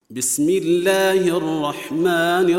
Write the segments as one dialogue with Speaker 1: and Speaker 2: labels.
Speaker 1: بسم الله الرحمن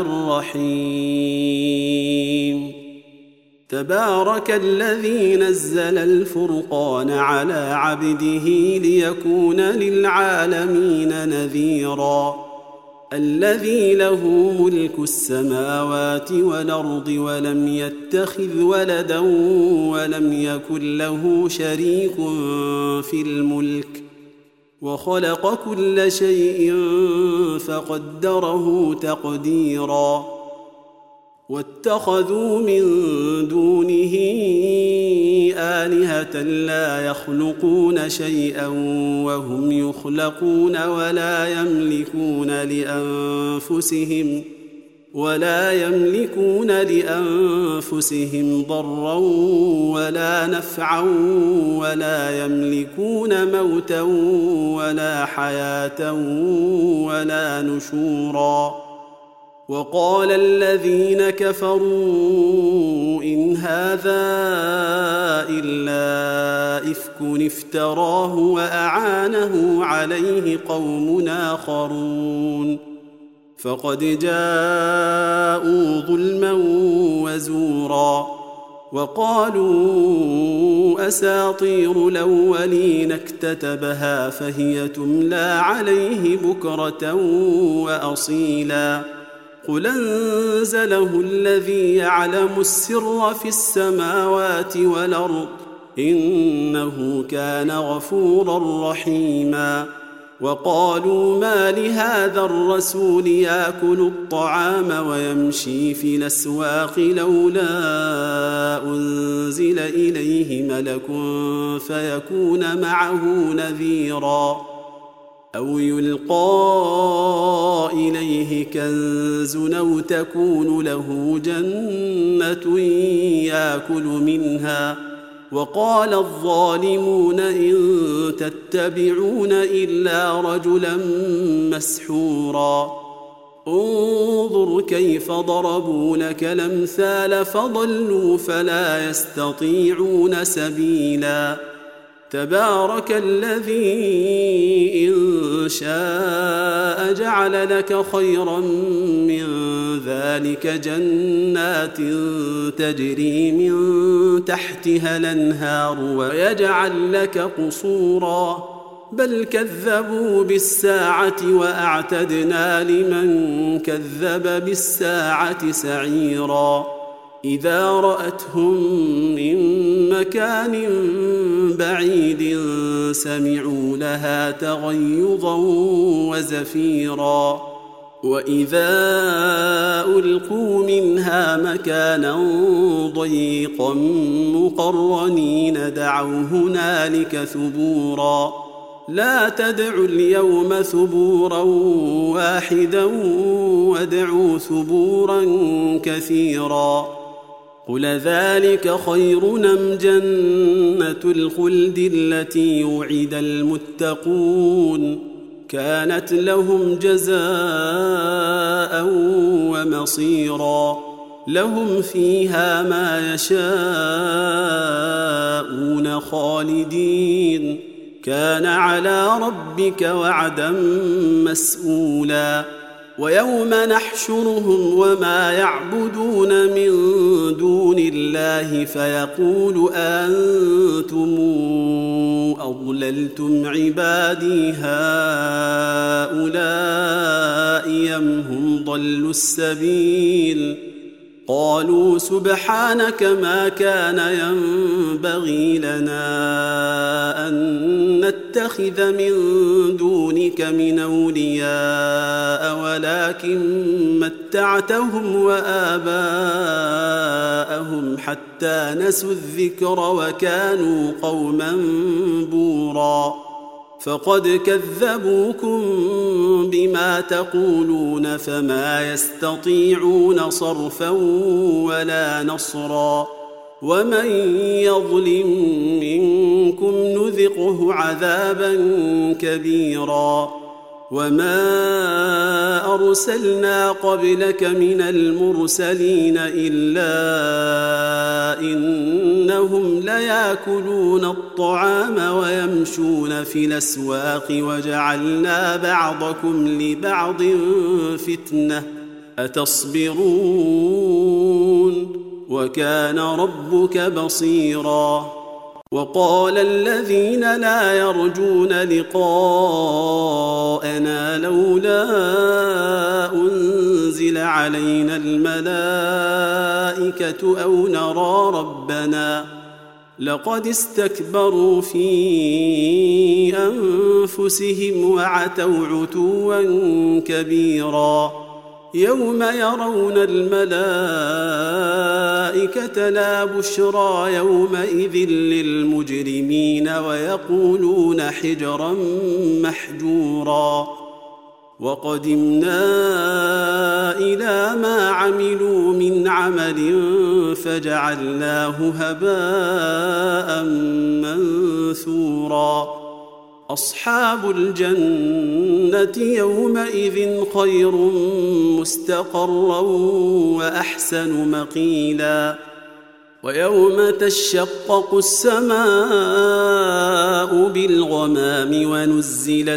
Speaker 1: الرحيم. تبارك الذي نزل الفرقان على عبده ليكون للعالمين نذيرا. الذي له ملك السماوات والأرض ولم يتخذ ولدا ولم يكن له شريك في الملك وخلق كل شيء فقدره تقديرا. واتخذوا من دونه آلهة لا يخلقون شيئا وهم يخلقون ولا يملكون لأنفسهم ضرا ولا نفعا ولا يملكون موتا ولا حياة ولا نشورا. وقال الذين كفروا إن هذا إلا إفك افتراه وأعانه عليه قوم آخرون فقد جاءوا ظلما وزورا. وقالوا أساطير الأولين اكتتبها فهي تملى عليه بكرة وأصيلا. قل أنزله الذي يعلم السر في السماوات والأرض إنه كان غفورا رحيما. وقالوا ما لهذا الرسول يأكل الطعام ويمشي في الأسواق لولا أنزل إليه ملك فيكون معه نذيرا أو يلقى إليه كنز أو تكون له جنة يأكل منها. وقال الظالمون إن تتبعون إلا رجلا مسحورا. انظر كيف ضربوا لك الأمثال فضلوا فلا يستطيعون سبيلا. تبارك الذي إن شاء جعل لك خيرا من ذلك جنات تجري من تحتها الأنهار ويجعل لك قصورا بل كذبوا بالساعة وأعتدنا لمن كذب بالساعة سعيرا. إذا رأتهم من مكان بعيد سمعوا لها تغيظا وزفيرا. وإذا ألقوا منها مكانا ضيقا مقرنين دعوا هنالك ثبورا. لا تدعوا اليوم ثبورا واحدا وادعوا ثبورا كثيرا. قل ذلك خير أم جنة الخلد التي وعد المتقون كانت لهم جزاء ومصيرا. لهم فيها ما يشاءون خالدين كان على ربك وعدا مسئولا. ويوم نحشرهم وما يعبدون من دون الله فيقول أنتم أضللتم عبادي هؤلاء أم هم ضلوا السبيل قالوا سبحانك ما كان ينبغي لنا أن نتخذ من دونك من أولياء ولكن متعتهم وآباءهم حتى نسوا الذكر وكانوا قوما بورا. فقد كذبوكم بما تقولون فما يستطيعون صرفا ولا نصرا. ومن يظلم منكم نذقه عذابا كبيرا. وما أرسلنا قبلك من المرسلين إلا إنهم ليأكلون الطعام ويمشون في الأسواق وجعلنا بعضكم لبعض فتنة أتصبرون وكان ربك بصيرا. وقال الذين لا يرجون لقاءنا لولا أنزل علينا الملائكة أو نرى ربنا لقد استكبروا في أنفسهم وعتوا عتوا كبيرا. يوم يرون الملائكة لا بشرى يومئذ للمجرمين ويقولون حجرا محجورا. وقدمنا إلى ما عملوا من عمل فجعلناه هباء منثورا. أصحاب الجنة يومئذ خير مستقرا وأحسن مقيلا. ويوم تشقق السماء بالغمام ونزل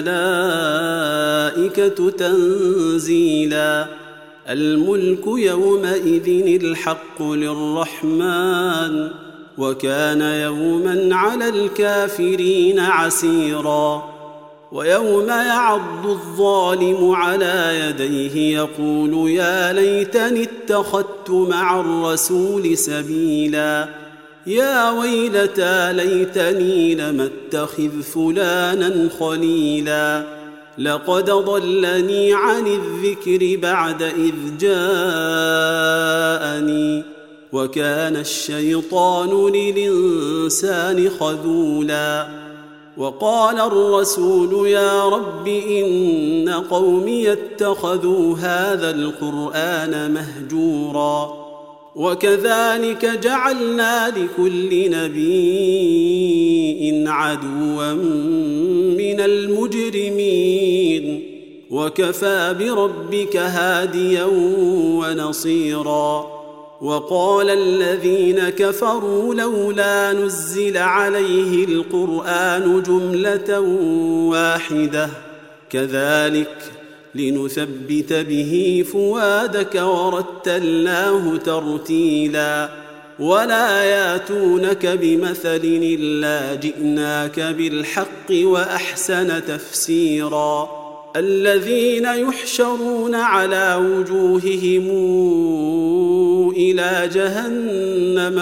Speaker 1: الملائكة تنزيلا. الملك يومئذ الحق للرحمن وكان يوما على الكافرين عسيرا. ويوم يعض الظالم على يديه يقول يا ليتني اتخذت مع الرسول سبيلا. يا ويلتى ليتني لم اتخذ فلانا خليلا. لقد ضلني عن الذكر بعد إذ جاءني وكان الشيطان للإنسان خذولا. وقال الرسول يا رب إن قومي اتخذوا هذا القرآن مهجورا. وكذلك جعلنا لكل نبي عدوا من المجرمين وكفى بربك هاديا ونصيرا. وقال الذين كفروا لولا نزل عليه القرآن جملة واحدة كذلك لنثبت به فؤادك ورتلناه ترتيلا. ولا ياتونك بمثل إلا جئناك بالحق وأحسن تفسيرا. الذين يحشرون على وجوههم إلى جهنم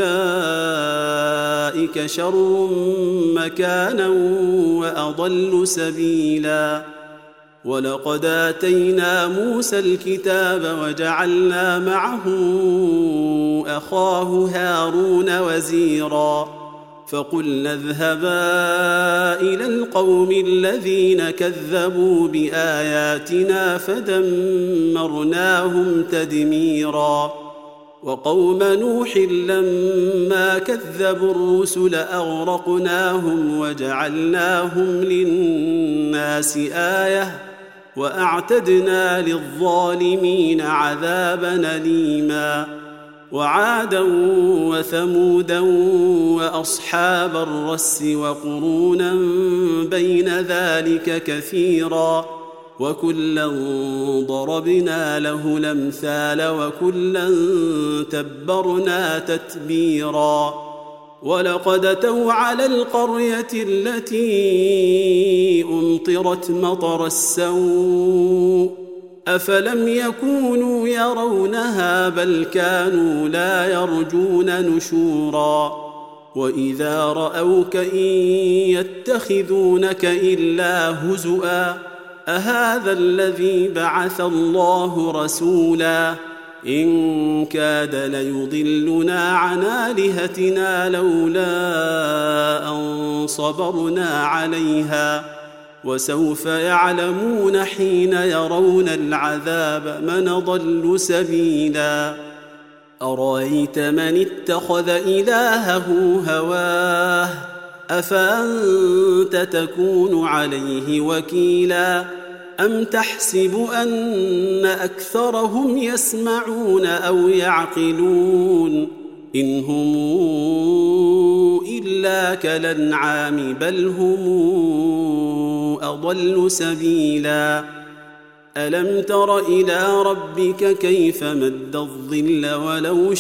Speaker 1: أولئك شر مكانا وأضل سبيلا. ولقد آتينا موسى الكتاب وجعلنا معه أخاه هارون وزيرا. فقلنا اذهبا إلى القوم الذين كذبوا بآياتنا فدمرناهم تدميرا. وقوم نوح لما كذبوا الرسل أغرقناهم وجعلناهم للناس آية وأعتدنا للظالمين عذابا أليما. وعادا وثمودا وأصحاب الرس وقرونا بين ذلك كثيرا. وكلا ضربنا له الأمثال وكلا تبرنا تتبيرا. ولقد أتوا على القرية التي أمطرت مطر السوء أفلم يكونوا يرونها بل كانوا لا يرجون نشورا. وإذا رأوك إن يتخذونك إلا هزؤا أهذا الذي بعث الله رسولا. إن كاد ليضلنا عن آلهتنا لولا أن صبرنا عليها وسوف يعلمون حين يرون العذاب من ضل سبيلا. أرأيت من اتخذ إلهه هواه أفأنت تكون عليه وكيلا أم تحسب أن أكثرهم يسمعون أو يعقلون إن هم إلا كالأنعام بل هم أضل سبيلا ألم تر إلى ربك كيف مد الظل ولو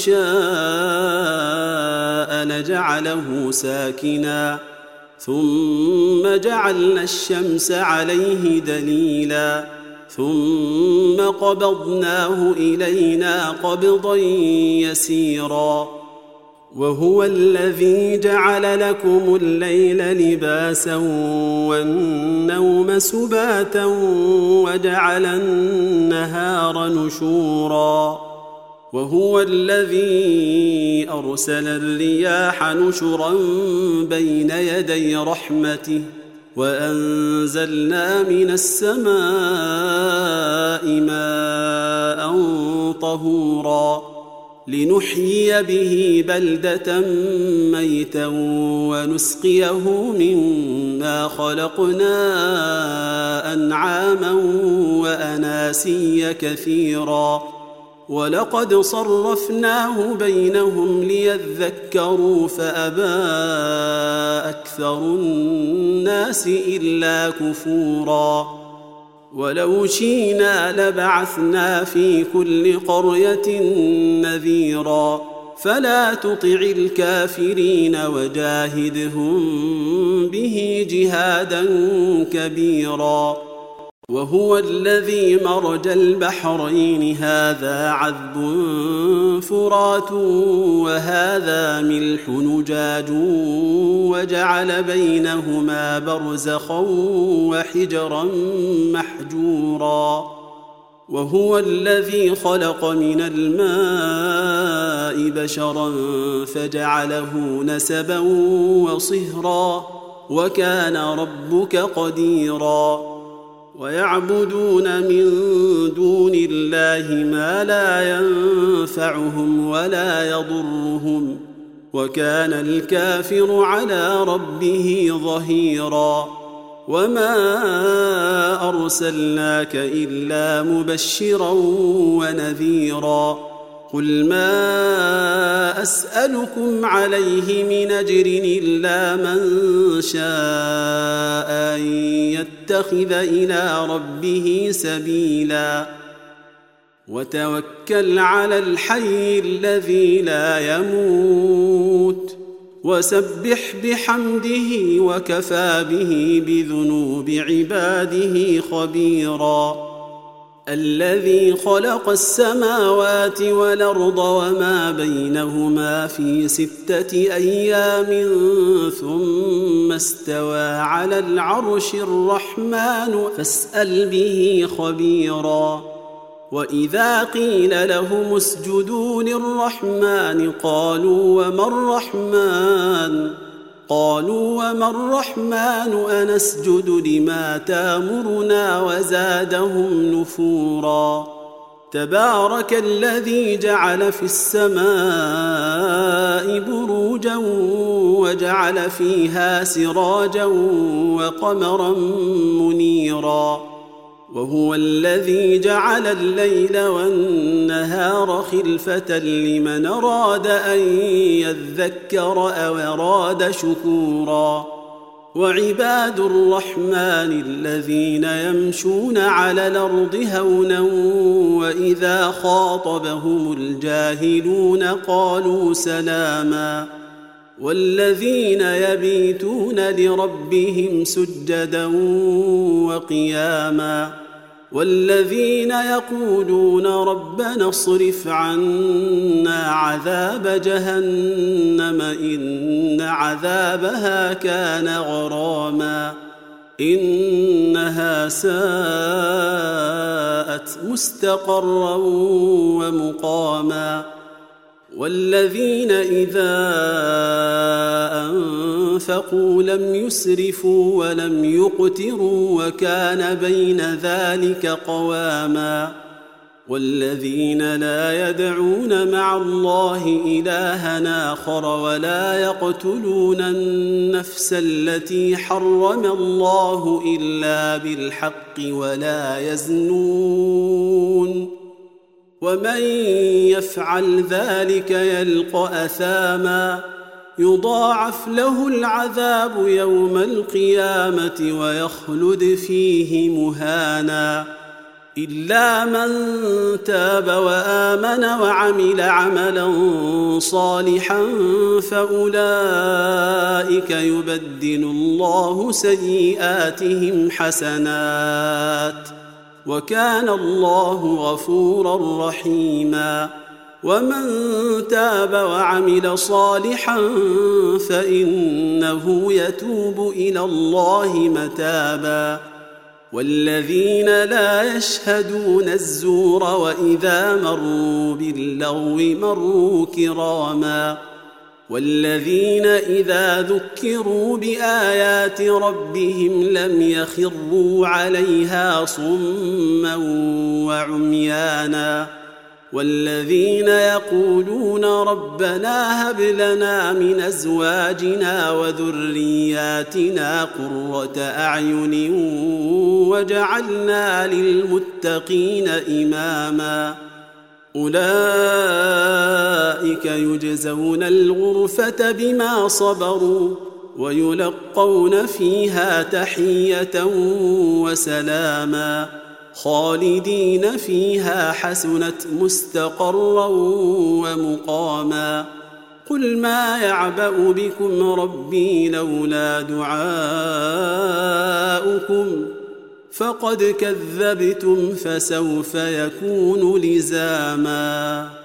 Speaker 1: شاء لجعله ساكنا ثم جعلنا الشمس عليه دليلا ثم قبضناه إلينا قبضا يسيرا وهو الذي جعل لكم الليل لباسا والنوم سباتا وجعل النهار نشورا وهو الذي أرسل الرياح نشرا بين يدي رحمته وأنزلنا من السماء ماء طهورا لنحيي به بلدة ميتا ونسقيه مما خلقنا أنعاما وأناسيا كثيرا ولقد صرفناه بينهم ليذكروا فأبى أكثر الناس إلا كفورا ولو شئنا لبعثنا في كل قرية نذيرا فلا تطع الكافرين وجاهدهم به جهادا كبيرا وهو الذي مرج البحرين هذا عذب فرات وهذا ملح نجاج وجعل بينهما برزخا وحجرا محجورا وهو الذي خلق من الماء بشرا فجعله نسبا وصهرا وكان ربك قديرا ويعبدون من دون الله ما لا ينفعهم ولا يضرهم وكان الكافر على ربه ظهيرا وما أرسلناك إلا مبشرا ونذيرا قل ما أسألكم عليه من أجر إلا من شاء أن يتخذ إلى ربه سبيلا وتوكل على الحي الذي لا يموت وسبح بحمده وكفى به بذنوب عباده خبيرا الذي خلق السماوات والأرض وما بينهما في 6 أيام ثم استوى على العرش الرحمن فاسأل به خبيرا وإذا قيل لهم اسجدوا للرحمن قالوا وما الرحمن أنسجد لما تامرنا وزادهم نفورا تبارك الذي جعل في السماء بروجا وجعل فيها سراجا وقمرا منيرا وهو الذي جعل الليل والنهار خلفة لمن أراد أن يذكر أو أراد شكورا وعباد الرحمن الذين يمشون على الأرض هونا وإذا خاطبهم الجاهلون قالوا سلاما والذين يبيتون لربهم سجدا وقياما والذين يقولون ربنا اصرف عنا عذاب جهنم إن عذابها كان غراما إنها ساءت مستقرا ومقاما والذين إذا أنفقوا لم يسرفوا ولم يقتروا وكان بين ذلك قواما والذين لا يدعون مع الله إلها آخر ولا يقتلون النفس التي حرم الله إلا بالحق ولا يزنون ومن يفعل ذلك يلقى أثاما يضاعف له العذاب يوم القيامة ويخلد فيه مهانا إلا من تاب وآمن وعمل عملا صالحا فأولئك يبدل الله سيئاتهم حسنات وكان الله غفورا رحيما ومن تاب وعمل صالحا فإنه يتوب إلى الله متابا والذين لا يشهدون الزور وإذا مروا باللغو مروا كراما والذين إذا ذكروا بآيات ربهم لم يخروا عليها صما وعميانا والذين يقولون ربنا هب لنا من أزواجنا وذرياتنا قرة أعين وجعلنا للمتقين إماما أولئك يجزون الغرفة بما صبروا ويلقون فيها تحية وسلاما خالدين فيها حسنت مستقرا ومقاما قل ما يعبأ بكم ربي لولا دعاؤكم فقد كذبتم فسوف يكون لزاما